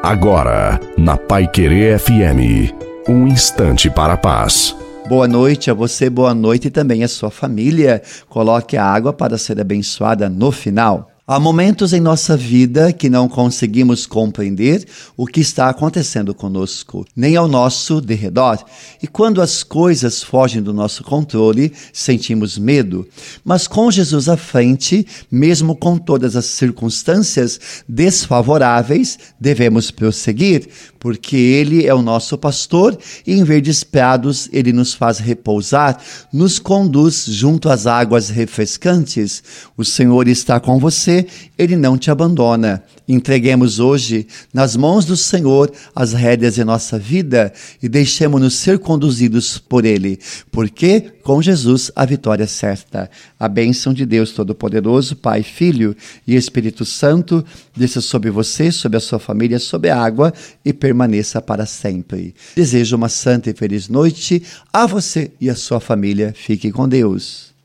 Agora, na Paiquerê FM, um instante para a paz. Boa noite a você, boa noite também à sua família. Coloque a água para ser abençoada no final. Há momentos em nossa vida que não conseguimos compreender o que está acontecendo conosco, nem ao nosso derredor. E quando as coisas fogem do nosso controle, sentimos medo. Mas com Jesus à frente, mesmo com todas as circunstâncias desfavoráveis, devemos prosseguir, porque Ele é o nosso pastor e em verdes prados Ele nos faz repousar, nos conduz junto às águas refrescantes. O Senhor está com você. Ele não te abandona. Entreguemos hoje nas mãos do Senhor as rédeas de nossa vida e deixemos-nos ser conduzidos por Ele, porque com Jesus a vitória é certa. A bênção de Deus Todo-Poderoso, Pai, Filho e Espírito Santo, desça sobre você, sobre a sua família, sobre a água e permaneça para sempre. Desejo uma santa e feliz noite a você e a sua família. Fique com Deus.